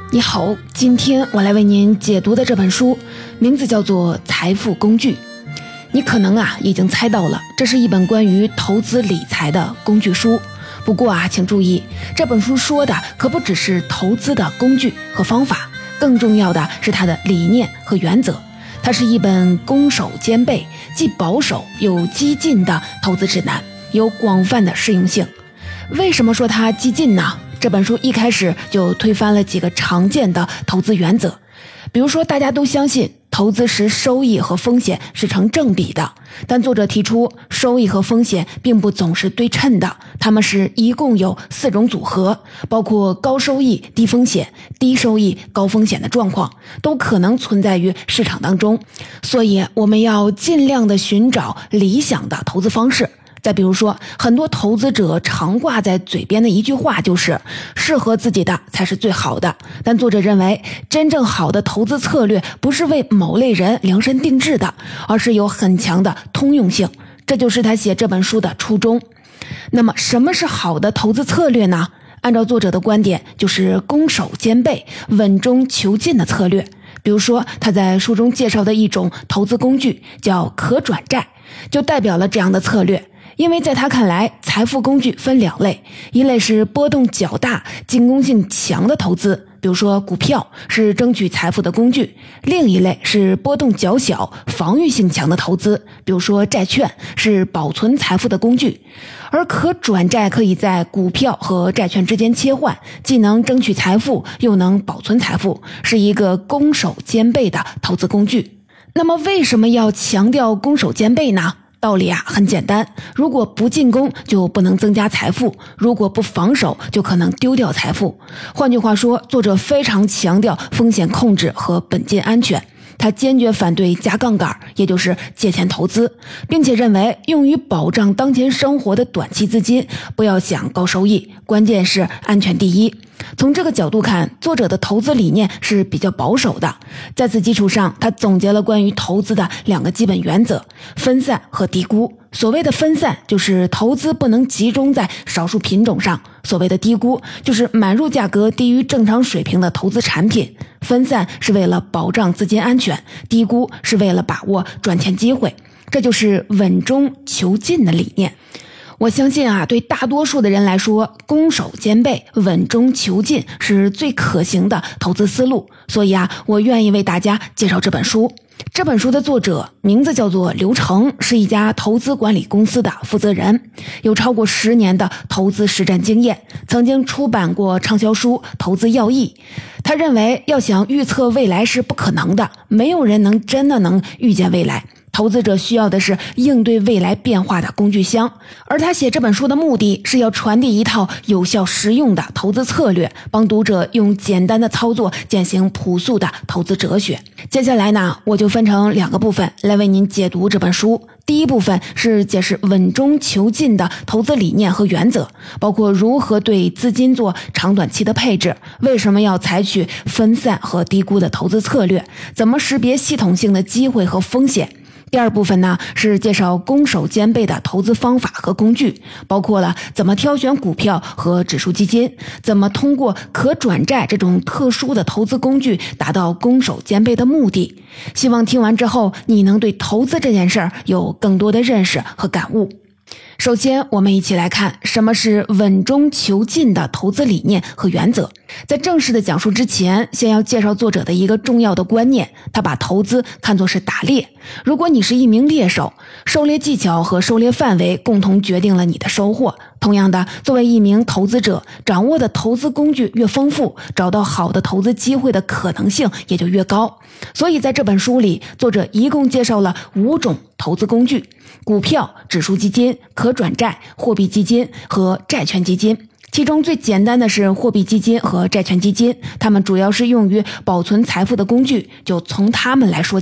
你好，今天我来为您解读的这本书名字叫做《财富工具》。你可能已经猜到了，这是一本关于投资理财的工具书。不过请注意，这本书说的可不只是投资的工具和方法，更重要的是它的理念和原则。它是一本攻守兼备，既保守又激进的投资指南，有广泛的适用性。为什么说它激进呢？这本书一开始就推翻了几个常见的投资原则，比如说大家都相信投资时收益和风险是成正比的，但作者提出收益和风险并不总是对称的，它们是一共有4种组合，包括高收益低风险、低收益高风险的状况，都可能存在于市场当中，所以我们要尽量的寻找理想的投资方式。再比如说，很多投资者常挂在嘴边的一句话就是适合自己的才是最好的，但作者认为真正好的投资策略不是为某类人量身定制的，而是有很强的通用性，这就是他写这本书的初衷。那么什么是好的投资策略呢？按照作者的观点，就是攻守兼备、稳中求进的策略。比如说他在书中介绍的一种投资工具叫可转债，就代表了这样的策略。因为在他看来，财富工具分2类，一类是波动较大、进攻性强的投资，比如说股票是争取财富的工具；另一类是波动较小、防御性强的投资，比如说债券是保存财富的工具。而可转债可以在股票和债券之间切换，既能争取财富，又能保存财富，是一个攻守兼备的投资工具。那么为什么要强调攻守兼备呢？道理很简单，如果不进攻就不能增加财富，如果不防守就可能丢掉财富。换句话说，作者非常强调风险控制和本金安全，他坚决反对加杠杆，也就是借钱投资，并且认为用于保障当前生活的短期资金不要想高收益，关键是安全第一。从这个角度看，作者的投资理念是比较保守的。在此基础上，他总结了关于投资的2个基本原则：分散和低估。所谓的分散，就是投资不能集中在少数品种上；所谓的低估，就是买入价格低于正常水平的投资产品。分散是为了保障资金安全，低估是为了把握赚钱机会。这就是稳中求进的理念。我相信对大多数的人来说，攻守兼备、稳中求进是最可行的投资思路。所以我愿意为大家介绍这本书。这本书的作者名字叫做刘成，是一家投资管理公司的负责人，有超过10年的投资实战经验，曾经出版过畅销书《投资要义》。他认为要想预测未来是不可能的，没有人真的能预见未来。投资者需要的是应对未来变化的工具箱，而他写这本书的目的是要传递一套有效实用的投资策略，帮读者用简单的操作践行朴素的投资哲学。接下来呢，我就分成2个部分来为您解读这本书。第一部分是解释稳中求进的投资理念和原则，包括如何对资金做长短期的配置，为什么要采取分散和低估的投资策略，怎么识别系统性的机会和风险。第2部分呢，是介绍攻守兼备的投资方法和工具，包括了怎么挑选股票和指数基金，怎么通过可转债这种特殊的投资工具达到攻守兼备的目的。希望听完之后，你能对投资这件事儿有更多的认识和感悟。首先，我们一起来看什么是稳中求进的投资理念和原则。在正式的讲述之前，先要介绍作者的一个重要的观念，他把投资看作是打猎。如果你是一名猎手，狩猎技巧和狩猎范围共同决定了你的收获。同样的，作为一名投资者，掌握的投资工具越丰富，找到好的投资机会的可能性也就越高。所以在这本书里，作者一共介绍了5种投资工具：股票、指数基金、可转债、货币基金和债券基金。其中最简单的是货币基金和债券基金，它们主要是用于保存财富的工具，就从它们来说起。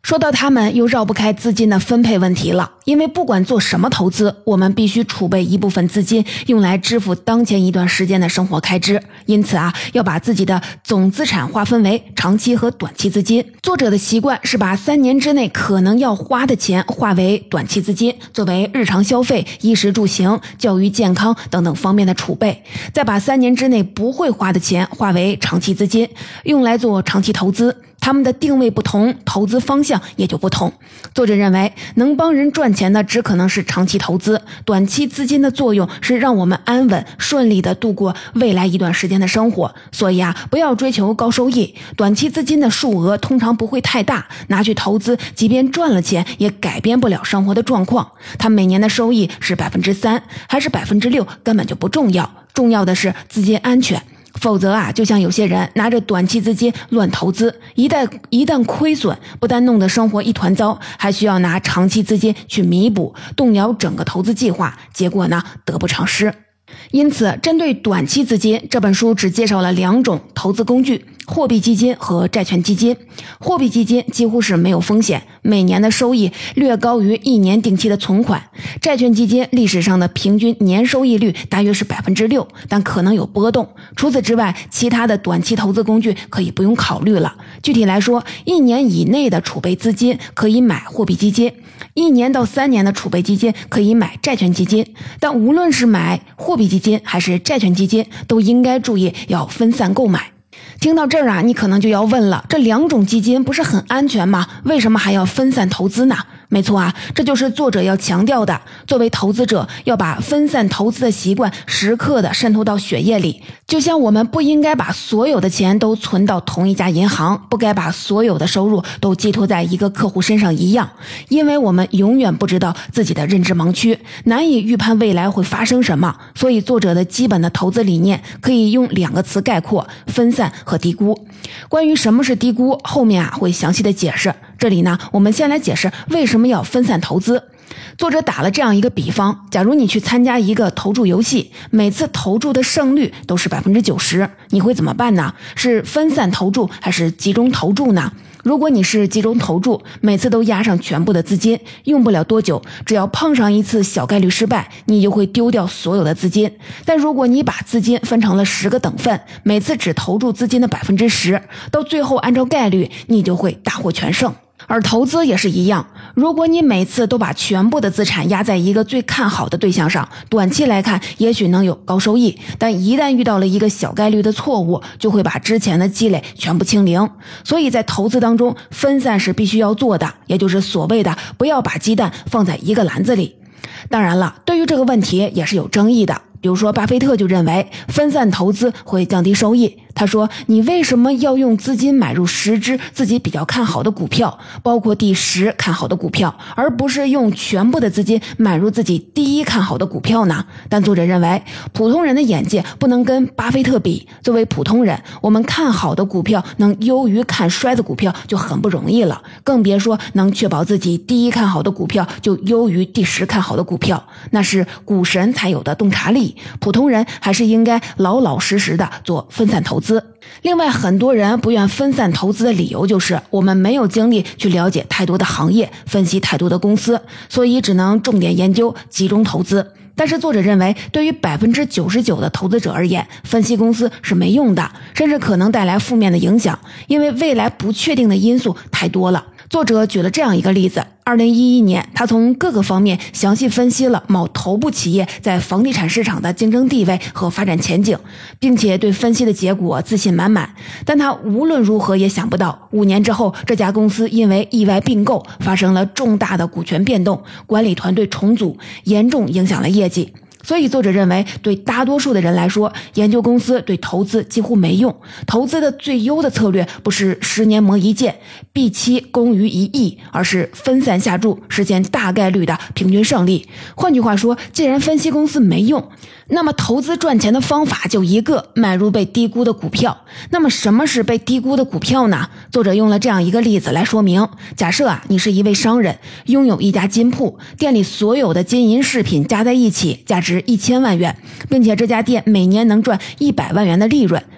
说到他们，又绕不开资金的分配问题了。因为不管做什么投资，我们必须储备一部分资金，用来支付当前一段时间的生活开支。因此要把自己的总资产划分为长期和短期资金。作者的习惯是把3年之内可能要花的钱划为短期资金，作为日常消费、衣食住行、教育健康等等方面的储备，再把3年之内不会花的钱划为长期资金，用来做长期投资。他们的定位不同，投资方向也就不同。作者认为，能帮人赚钱的只可能是长期投资，短期资金的作用是让我们安稳顺利地度过未来一段时间的生活。所以不要追求高收益，短期资金的数额通常不会太大，拿去投资，即便赚了钱也改变不了生活的状况。它每年的收益是 3% 还是 6%根本就不重要，重要的是资金安全。否则就像有些人拿着短期资金乱投资，一旦亏损，不但弄得生活一团糟，还需要拿长期资金去弥补，动摇整个投资计划，结果得不偿失。因此，针对短期资金，这本书只介绍了2种投资工具：货币基金和债券基金。货币基金几乎是没有风险，每年的收益略高于1年定期的存款。债券基金历史上的平均年收益率大约是 6%， 但可能有波动。除此之外，其他的短期投资工具可以不用考虑了。具体来说，1年以内的储备资金可以买货币基金，1年到3年的储备基金可以买债券基金。但无论是买货币基金还是债券基金，都应该注意要分散购买。听到这儿你可能就要问了，这2种基金不是很安全吗？为什么还要分散投资呢？没错这就是作者要强调的。作为投资者，要把分散投资的习惯时刻的渗透到血液里。就像我们不应该把所有的钱都存到同一家银行，不该把所有的收入都寄托在一个客户身上一样。因为我们永远不知道自己的认知盲区，难以预判未来会发生什么。所以作者的基本的投资理念可以用2个词概括：分散和低估。关于什么是低估，后面会详细的解释。这里我们先来解释为什么要分散投资。作者打了这样一个比方，假如你去参加一个投注游戏，每次投注的胜率都是 90%， 你会怎么办呢？是分散投注还是集中投注呢？如果你是集中投注，每次都压上全部的资金，用不了多久，只要碰上一次小概率失败，你就会丢掉所有的资金。但如果你把资金分成了10个等份，每次只投注资金的 10%， 到最后按照概率，你就会大获全胜。而投资也是一样，如果你每次都把全部的资产压在一个最看好的对象上，短期来看也许能有高收益，但一旦遇到了一个小概率的错误，就会把之前的积累全部清零。所以在投资当中，分散是必须要做的，也就是所谓的不要把鸡蛋放在一个篮子里。当然了，对于这个问题也是有争议的。比如说巴菲特就认为分散投资会降低收益。他说，你为什么要用资金买入10只自己比较看好的股票，包括第10看好的股票，而不是用全部的资金买入自己第1看好的股票呢？但作者认为，普通人的眼界不能跟巴菲特比。作为普通人，我们看好的股票能优于看衰的股票就很不容易了，更别说能确保自己第1看好的股票就优于第10看好的股票，那是股神才有的洞察力。普通人还是应该老老实实的做分散投资。另外，很多人不愿分散投资的理由就是我们没有精力去了解太多的行业，分析太多的公司，所以只能重点研究，集中投资。但是作者认为，对于 99% 的投资者而言，分析公司是没用的，甚至可能带来负面的影响，因为未来不确定的因素太多了。作者举了这样一个例子，2011年，他从各个方面详细分析了某头部企业在房地产市场的竞争地位和发展前景，并且对分析的结果自信满满。但他无论如何也想不到，5年之后，这家公司因为意外并购发生了重大的股权变动，管理团队重组，严重影响了业绩。所以作者认为，对大多数的人来说，研究公司对投资几乎没用。投资的最优的策略不是10年磨一剑，必期功于一役，而是分散下注，实现大概率的平均胜利。换句话说，既然分析公司没用，那么投资赚钱的方法就一个，买入被低估的股票。那么什么是被低估的股票呢？作者用了这样一个例子来说明。假设你是一位商人，拥有一家金铺，店里所有的金银饰品加在一起价值1000万元，并且这家店每年能赚100万元的利润。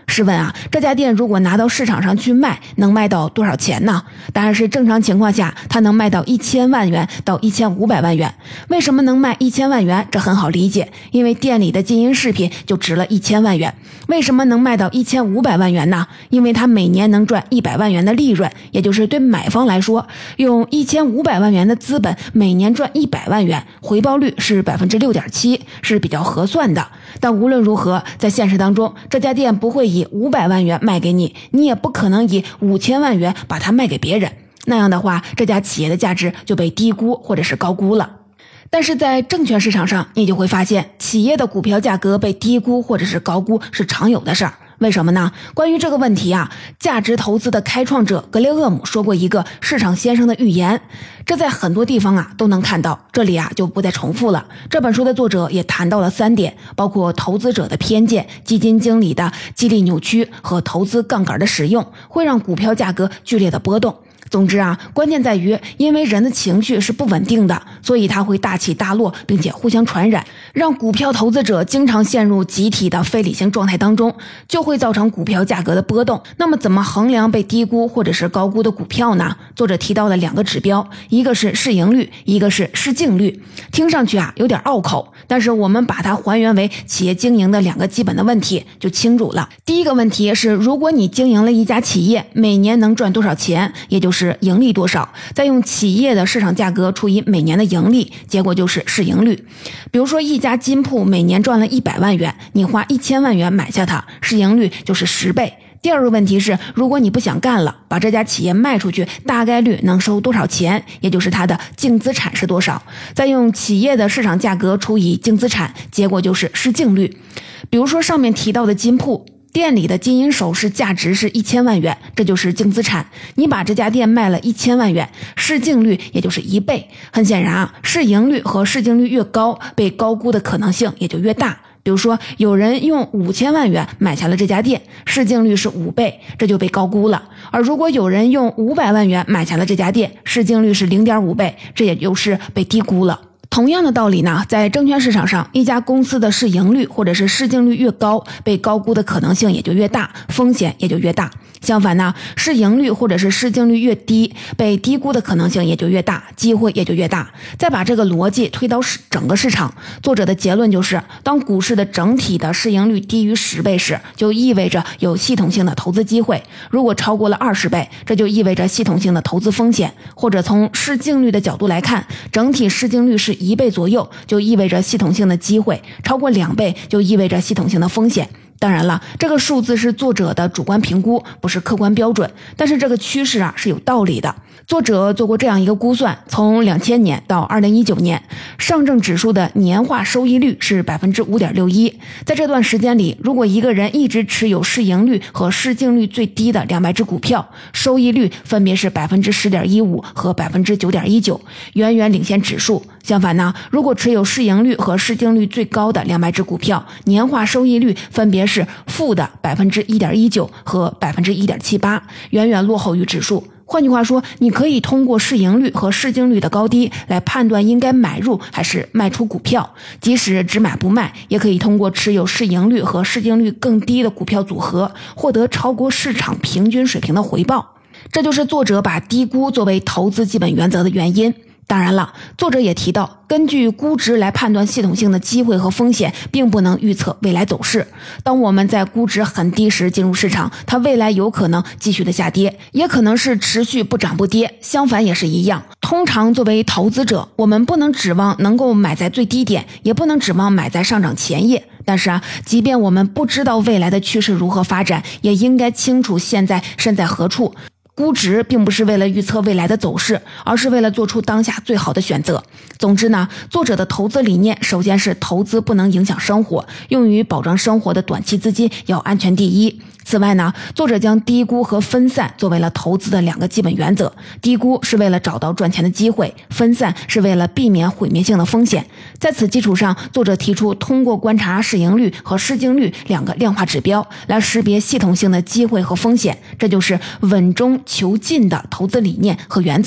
试问啊，这家店如果拿到市场上去卖，能卖到多少钱呢？当然是正常情况下，它能卖到1000万元到1500万元。为什么能卖1000万元？这很好理解，因为店里的金银饰品就值了1000万元。为什么能卖到1500万元呢？因为它每年能赚100万元的利润，也就是对买方来说，用1500万元的资本每年赚100万元，回报率是 6.7%， 是比较合算的。但无论如何，在现实当中，这家店不会以500万元卖给你，你也不可能以5000万元把它卖给别人。那样的话，这家企业的价值就被低估或者是高估了。但是在证券市场上，你就会发现，企业的股票价格被低估或者是高估是常有的事儿。为什么呢？关于这个问题啊，价值投资的开创者格雷厄姆说过一个市场先生的预言，这在很多地方啊都能看到，这里啊就不再重复了。这本书的作者也谈到了3点，包括投资者的偏见、基金经理的激励扭曲和投资杠杆的使用，会让股票价格剧烈的波动。总之啊，关键在于，因为人的情绪是不稳定的，所以它会大起大落，并且互相传染，让股票投资者经常陷入集体的非理性状态当中，就会造成股票价格的波动。那么怎么衡量被低估或者是高估的股票呢？作者提到了2个指标，一个是市盈率，一个是市净率。听上去啊有点拗口，但是我们把它还原为企业经营的2个基本的问题就清楚了。第一个问题是，如果你经营了一家企业，每年能赚多少钱，也就是盈利多少，再用企业的市场价格除以每年的盈利，结果就是市盈率。比如说一家金铺每年赚了100万元，你花1000万元买下它，市盈率就是10倍。第二个问题是，如果你不想干了，把这家企业卖出去，大概率能收多少钱，也就是它的净资产是多少，再用企业的市场价格除以净资产，结果就是市净率。比如说上面提到的金铺，店里的金银首饰价值是1000万元，这就是净资产。你把这家店卖了1000万元，市净率也就是1倍。很显然啊，市盈率和市净率越高，被高估的可能性也就越大。比如说有人用5000万元买下了这家店，市净率是5倍，这就被高估了。而如果有人用500万元买下了这家店，市净率是 0.5倍，这也就是被低估了。同样的道理呢，在证券市场上，一家公司的市盈率或者是市净率越高，被高估的可能性也就越大，风险也就越大。相反呢，市盈率或者是市净率越低，被低估的可能性也就越大，机会也就越大。再把这个逻辑推到整个市场，作者的结论就是，当股市的整体的市盈率低于10倍时，就意味着有系统性的投资机会；如果超过了20倍，这就意味着系统性的投资风险。或者从市净率的角度来看，整体市净率是1倍左右，就意味着系统性的机会；超过2倍，就意味着系统性的风险。当然了，这个数字是作者的主观评估，不是客观标准，但是这个趋势啊是有道理的。作者做过这样一个估算，从2000年到2019年，上证指数的年化收益率是 5.61%。在这段时间里，如果一个人一直持有市盈率和市净率最低的200只股票，收益率分别是 10.15% 和 9.19%， 远远领先指数。相反呢，如果持有市盈率和市净率最高的200只股票，年化收益率分别是负的 1.19% 和 1.78%， 远远落后于指数。换句话说，你可以通过市盈率和市净率的高低来判断应该买入还是卖出股票，即使只买不卖，也可以通过持有市盈率和市净率更低的股票组合，获得超过市场平均水平的回报。这就是作者把低估作为投资基本原则的原因。当然了，作者也提到，根据估值来判断系统性的机会和风险，并不能预测未来走势。当我们在估值很低时进入市场，它未来有可能继续的下跌，也可能是持续不涨不跌，相反也是一样。通常作为投资者，我们不能指望能够买在最低点，也不能指望买在上涨前夜。但是即便我们不知道未来的趋势如何发展，也应该清楚现在身在何处。估值并不是为了预测未来的走势，而是为了做出当下最好的选择。总之呢，作者的投资理念首先是投资不能影响生活，用于保障生活的短期资金要安全第一。此外呢，作者将低估和分散作为了投资的2个基本原则。低估是为了找到赚钱的机会，分散是为了避免毁灭性的风险。在此基础上，作者提出通过观察市盈率和市净率2个量化指标来识别系统性的机会和风险，这就是稳中求进的投资理念和原则。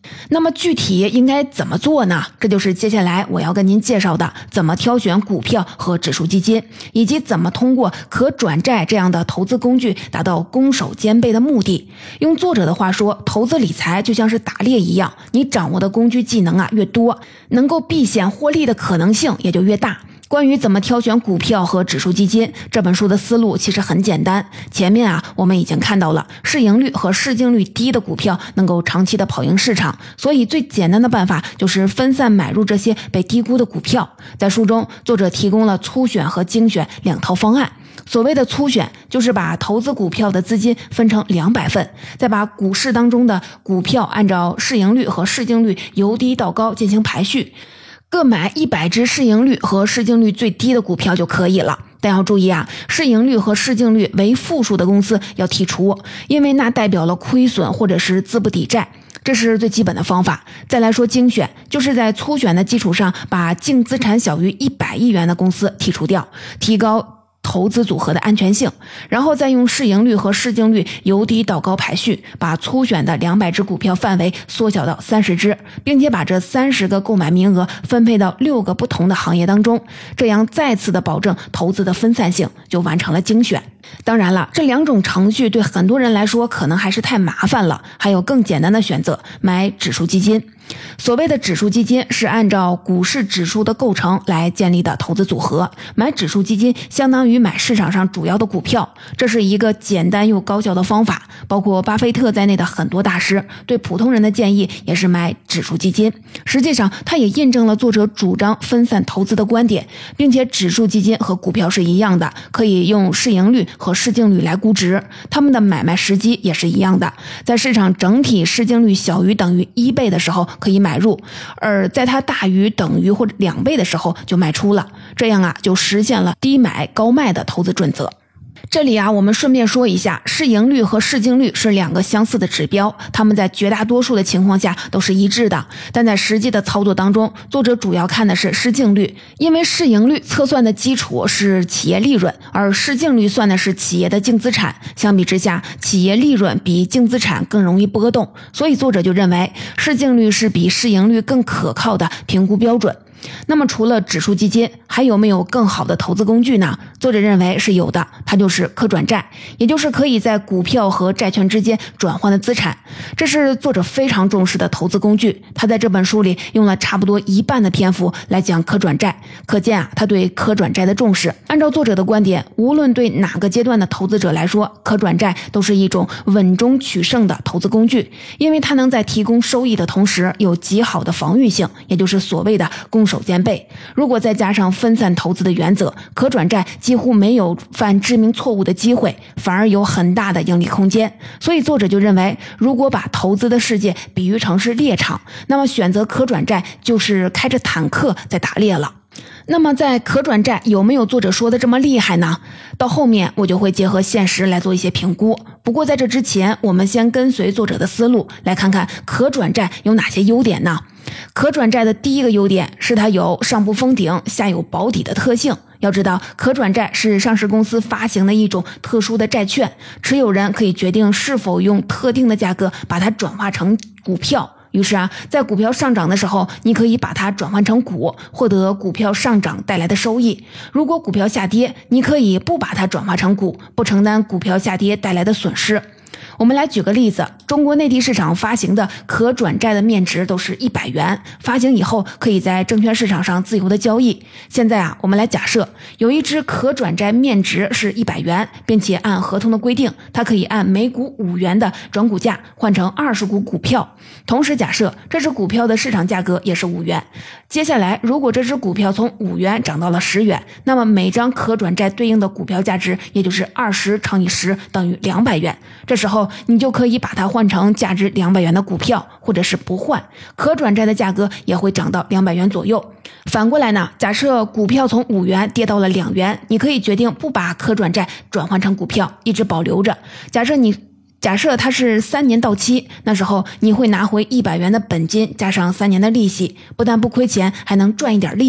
那么具体应该怎么做呢？这就是接下来我要跟您介绍的怎么挑选股票和指数基金，以及怎么通过可转债这样的投资工具达到攻守兼备的目的。用作者的话说，投资理财就像是打猎一样，你掌握的工具技能越多，能够避险获利的可能性也就越大。关于怎么挑选股票和指数基金，这本书的思路其实很简单。前面我们已经看到了，市盈率和市净率低的股票能够长期的跑赢市场，所以最简单的办法就是分散买入这些被低估的股票。在书中，作者提供了粗选和精选两套方案。所谓的粗选，就是把投资股票的资金分成200份，再把股市当中的股票按照市盈率和市净率由低到高进行排序，各买100只市盈率和市净率最低的股票就可以了。但要注意市盈率和市净率为负数的公司要剔除，因为那代表了亏损或者是资不抵债，这是最基本的方法。再来说精选，就是在粗选的基础上，把净资产小于100亿元的公司剔除掉，提高投资组合的安全性，然后再用市盈率和市净率由低到高排序，把粗选的200只股票范围缩小到30只，并且把这30个购买名额分配到6个不同的行业当中，这样再次的保证投资的分散性，就完成了精选。当然了，这2种程序对很多人来说可能还是太麻烦了，还有更简单的选择，买指数基金。所谓的指数基金是按照股市指数的构成来建立的投资组合，买指数基金相当于买市场上主要的股票，这是一个简单又高效的方法。包括巴菲特在内的很多大师对普通人的建议也是买指数基金。实际上，它也印证了作者主张分散投资的观点，并且指数基金和股票是一样的，可以用市盈率和市净率来估值，它们的买卖时机也是一样的，在市场整体市净率小于等于1倍的时候可以买入，而在它大于等于或者2倍的时候就卖出了，这样就实现了低买高卖的投资准则。这里我们顺便说一下，市盈率和市净率是2个相似的指标，它们在绝大多数的情况下都是一致的，但在实际的操作当中，作者主要看的是市净率，因为市盈率测算的基础是企业利润，而市净率算的是企业的净资产，相比之下，企业利润比净资产更容易波动，所以作者就认为市净率是比市盈率更可靠的评估标准。那么除了指数基金，还有没有更好的投资工具呢？作者认为是有的，它就是可转债，也就是可以在股票和债券之间转换的资产。这是作者非常重视的投资工具，他在这本书里用了差不多1半的篇幅来讲可转债，可见他对可转债的重视。按照作者的观点，无论对哪个阶段的投资者来说，可转债都是一种稳中取胜的投资工具，因为它能在提供收益的同时有极好的防御性，也就是所谓的攻守兼备。如果再加上分散投资的原则，可转债几乎没有犯致命错误的机会，反而有很大的盈利空间。所以作者就认为，如果把投资的世界比喻成是猎场，那么选择可转债就是开着坦克在打猎了。那么在可转债有没有作者说的这么厉害呢？到后面我就会结合现实来做一些评估。不过在这之前，我们先跟随作者的思路来看看可转债有哪些优点呢？可转债的第一个优点是它有上不封顶下有保底的特性。要知道，可转债是上市公司发行的一种特殊的债券，持有人可以决定是否用特定的价格把它转化成股票。于是在股票上涨的时候，你可以把它转换成股，获得股票上涨带来的收益。如果股票下跌，你可以不把它转化成股，不承担股票下跌带来的损失。我们来举个例子，中国内地市场发行的可转债的面值都是100元，发行以后可以在证券市场上自由的交易。现在我们来假设有一只可转债面值是100元，并且按合同的规定，它可以按每股5元的转股价换成20股股票。同时假设这只股票的市场价格也是5元。接下来如果这只股票从5元涨到了10元，那么每张可转债对应的股票价值也就是20乘以10等于200元。这时候你就可以把它换成价值200元的股票，或者是不换，可转债的价格也会涨到200元左右。反过来呢，假设股票从5元跌到了2元，你可以决定不把可转债转换成股票，一直保留着。假设它是3年到期，那时候你会拿回100元的本金加上3年的利息，不但不亏钱，还能赚一点利息。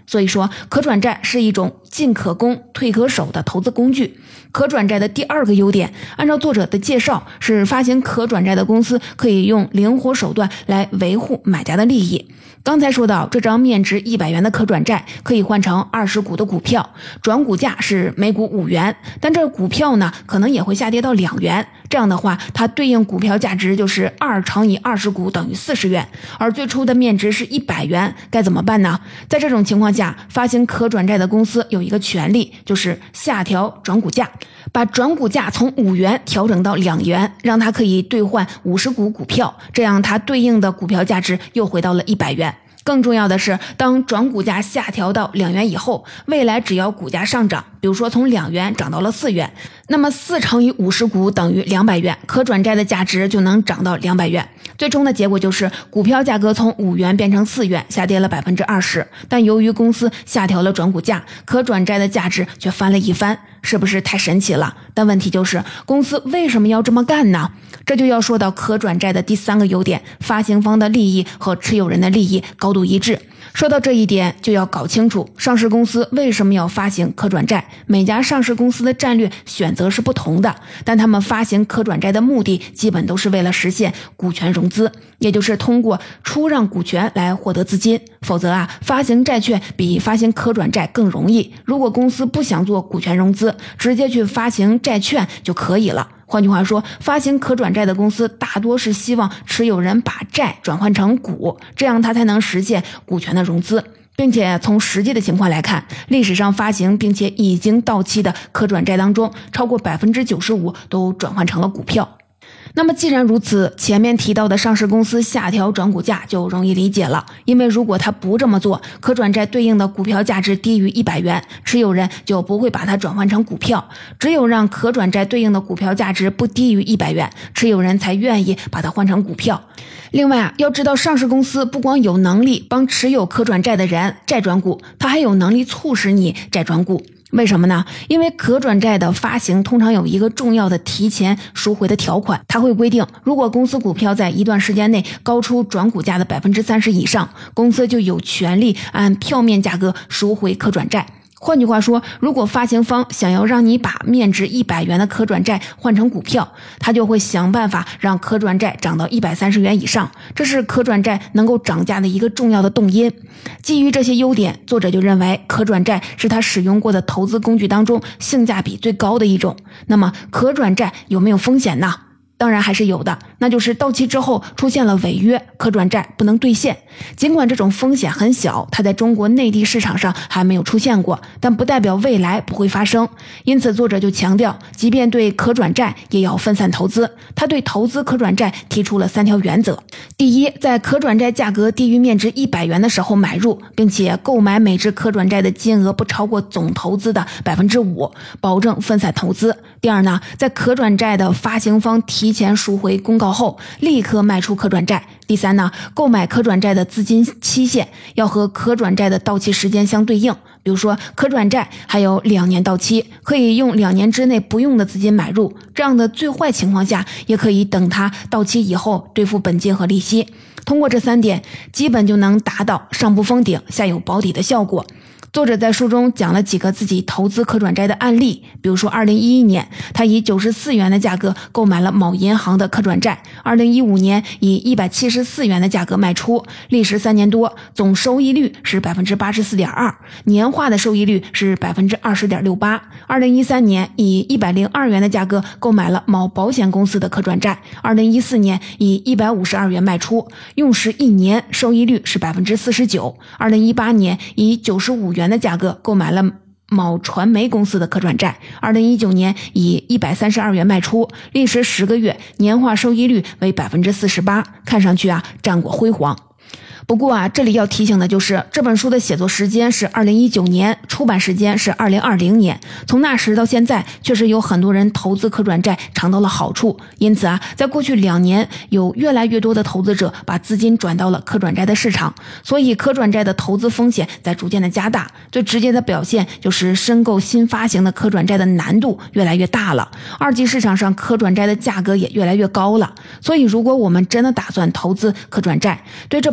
所以说可转债是一种进可攻退可守的投资工具。可转债的第二个优点，按照作者的介绍，是发行可转债的公司可以用灵活手段来维护买家的利益。刚才说到，这张面值100元的可转债可以换成20股的股票，转股价是每股5元，但这股票呢可能也会下跌到2元，这样的话它对应股票价值就是2乘以20股等于40元，而最初的面值是100元，该怎么办呢？在这种情况下，发行可转债的公司有一个权利，就是下调转股价，把转股价从5元调整到2元，让它可以兑换50股股票，这样它对应的股票价值又回到了100元。更重要的是，当转股价下调到2元以后，未来只要股价上涨，比如说从2元涨到了4元，那么4乘以50股等于200元，可转债的价值就能涨到200元。最终的结果就是股票价格从5元变成4元，下跌了 20%， 但由于公司下调了转股价，可转债的价值却翻了一番，是不是太神奇了？但问题就是公司为什么要这么干呢？这就要说到可转债的第3个优点，发行方的利益和持有人的利益高度一致。说到这一点，就要搞清楚上市公司为什么要发行可转债。每家上市公司的战略选择是不同的，但他们发行可转债的目的基本都是为了实现股权融资，也就是通过出让股权来获得资金。否则发行债券比发行可转债更容易。如果公司不想做股权融资，直接去发行债券就可以了。换句话说，发行可转债的公司大多是希望持有人把债转换成股，这样他才能实现股权的融资。并且从实际的情况来看，历史上发行并且已经到期的可转债当中，超过 95% 都转换成了股票。那么既然如此，前面提到的上市公司下调转股价就容易理解了，因为如果他不这么做，可转债对应的股票价值低于100元，持有人就不会把它转换成股票，只有让可转债对应的股票价值不低于100元，持有人才愿意把它换成股票。另外要知道上市公司不光有能力帮持有可转债的人债转股，它还有能力促使你债转股。为什么呢？因为可转债的发行通常有一个重要的提前赎回的条款，它会规定，如果公司股票在一段时间内高出转股价的 30% 以上，公司就有权利按票面价格赎回可转债。换句话说，如果发行方想要让你把面值100元的可转债换成股票，他就会想办法让可转债涨到130元以上，这是可转债能够涨价的一个重要的动因。基于这些优点，作者就认为可转债是他使用过的投资工具当中性价比最高的一种。那么可转债有没有风险呢？当然还是有的，那就是到期之后出现了违约，可转债不能兑现。尽管这种风险很小，它在中国内地市场上还没有出现过，但不代表未来不会发生。因此作者就强调，即便对可转债也要分散投资。他对投资可转债提出了3条原则。第一，在可转债价格低于面值100元的时候买入，并且购买每只可转债的金额不超过总投资的 5%， 保证分散投资。第二呢，在可转债的发行方提前赎回公告后，立刻卖出可转债。第三呢，购买可转债的资金期限要和可转债的到期时间相对应。比如说可转债还有2年到期，可以用2年之内不用的资金买入，这样的最坏情况下也可以等它到期以后兑付本金和利息。通过这3点，基本就能达到上不封顶下有保底的效果。作者在书中讲了几个自己投资可转债的案例，比如说2011年他以94元的价格购买了某银行的可转债，2015年以174元的价格卖出，历时3年多，总收益率是 84.2%， 年化的收益率是 20.68%。 2013年以102元的价格购买了某保险公司的可转债，2014年以152元卖出，用时1年，收益率是 49%。 2018年以95元的价格购买了某传媒公司的可转债，2019年以132元卖出，历时10个月，年化收益率为 48%， 看上去战果辉煌。不过这里要提醒的就是这本书的写作时间是2019年，出版时间是2020年，从那时到现在确实有很多人投资可转债尝到了好处，因此在过去2年有越来越多的投资者把资金转到了可转债的市场，所以可转债的投资风险在逐渐的加大，最直接的表现就是申购新发行的可转债的难度越来越大了，二级市场上可转债的价格也越来越高了。所以如果我们真的打算投资可转债，对这本书的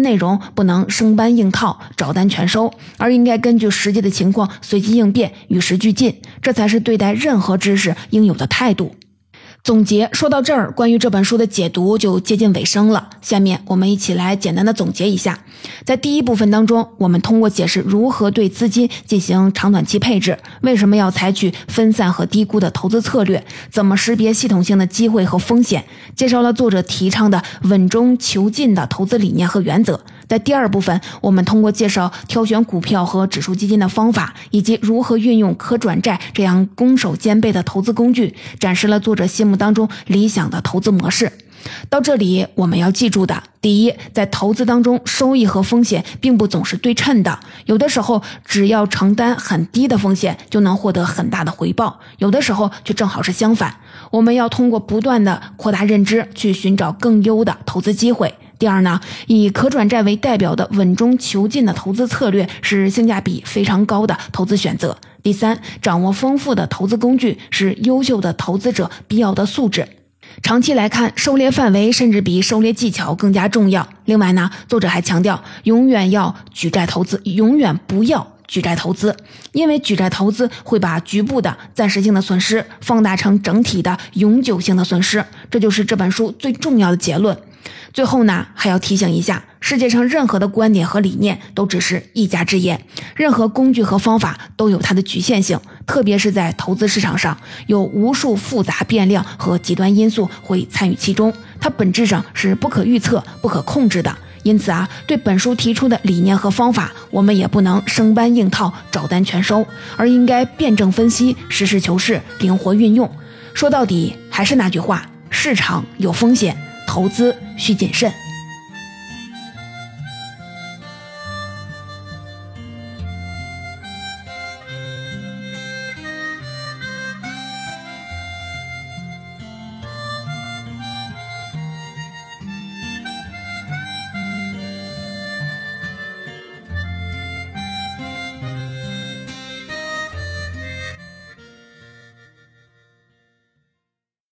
内容不能生搬硬套、照单全收，而应该根据实际的情况随机应变、与时俱进，这才是对待任何知识应有的态度。总结说到这儿，关于这本书的解读就接近尾声了。下面我们一起来简单的总结一下。在第一部分当中，我们通过解释如何对资金进行长短期配置，为什么要采取分散和低估的投资策略，怎么识别系统性的机会和风险，介绍了作者提倡的稳中求进的投资理念和原则。在第二部分，我们通过介绍挑选股票和指数基金的方法，以及如何运用可转债这样攻守兼备的投资工具，展示了作者心目当中理想的投资模式。到这里我们要记住的，第一，在投资当中，收益和风险并不总是对称的，有的时候只要承担很低的风险就能获得很大的回报，有的时候却正好是相反。我们要通过不断的扩大认知，去寻找更优的投资机会。第二呢，以可转债为代表的稳中求进的投资策略是性价比非常高的投资选择。第三，掌握丰富的投资工具是优秀的投资者必要的素质。长期来看，狩猎范围甚至比狩猎技巧更加重要。另外呢，作者还强调，永远要举债投资，永远不要举债投资，因为举债投资会把局部的暂时性的损失放大成整体的永久性的损失，这就是这本书最重要的结论。最后呢，还要提醒一下，世界上任何的观点和理念都只是一家之言，任何工具和方法都有它的局限性，特别是在投资市场上，有无数复杂变量和极端因素会参与其中，它本质上是不可预测、不可控制的。因此啊，对本书提出的理念和方法，我们也不能生搬硬套、照单全收，而应该辩证分析、实事求是、灵活运用。说到底，还是那句话，市场有风险，投资需谨慎。